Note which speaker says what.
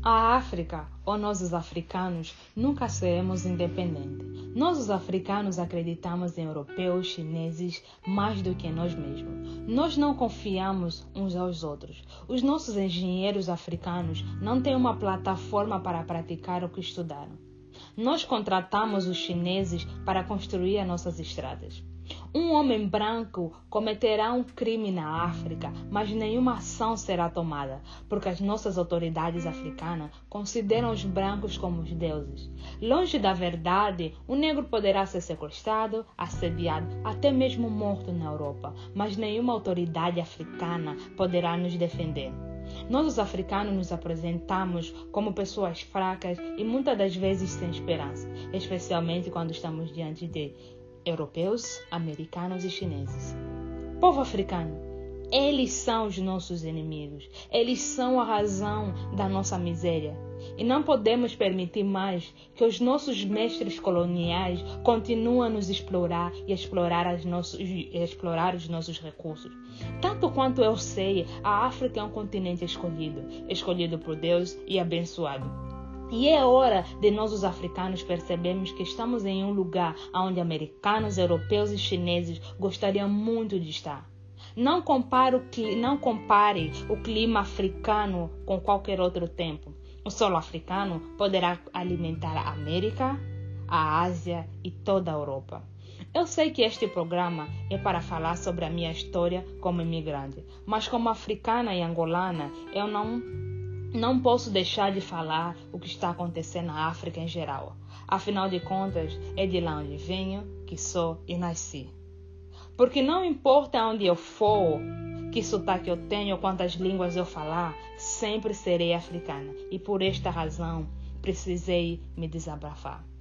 Speaker 1: A África, ou nós os africanos, nunca seremos independentes. Nós os africanos acreditamos em europeus, chineses, mais do que em nós mesmos. Nós não confiamos uns aos outros. Os nossos engenheiros africanos não têm uma plataforma para praticar o que estudaram. Nós contratamos os chineses para construir as nossas estradas. Um homem branco cometerá um crime na África, mas nenhuma ação será tomada, porque as nossas autoridades africanas consideram os brancos como os deuses. Longe da verdade, o negro poderá ser sequestrado, assediado, até mesmo morto na Europa, mas nenhuma autoridade africana poderá nos defender. Nós, os africanos, nos apresentamos como pessoas fracas e muitas das vezes sem esperança, especialmente quando estamos diante de europeus, americanos e chineses. Povo africano, eles são os nossos inimigos. Eles são a razão da nossa miséria. E não podemos permitir mais que os nossos mestres coloniais continuem a nos explorar e explorar os nossos recursos. Tanto quanto eu sei, a África é um continente escolhido por Deus e abençoado. E é hora de nós, os africanos, percebermos que estamos em um lugar onde americanos, europeus e chineses gostariam muito de estar. Não compare o clima africano com qualquer outro tempo. O solo africano poderá alimentar a América, a Ásia e toda a Europa. Eu sei que este programa é para falar sobre a minha história como imigrante, mas como africana e angolana, eu não posso deixar de falar o que está acontecendo na África em geral. Afinal de contas, é de lá onde venho, que sou e nasci. Porque não importa onde eu for, que sotaque eu tenho ou quantas línguas eu falar, sempre serei africana. E por esta razão, precisei me desabafar.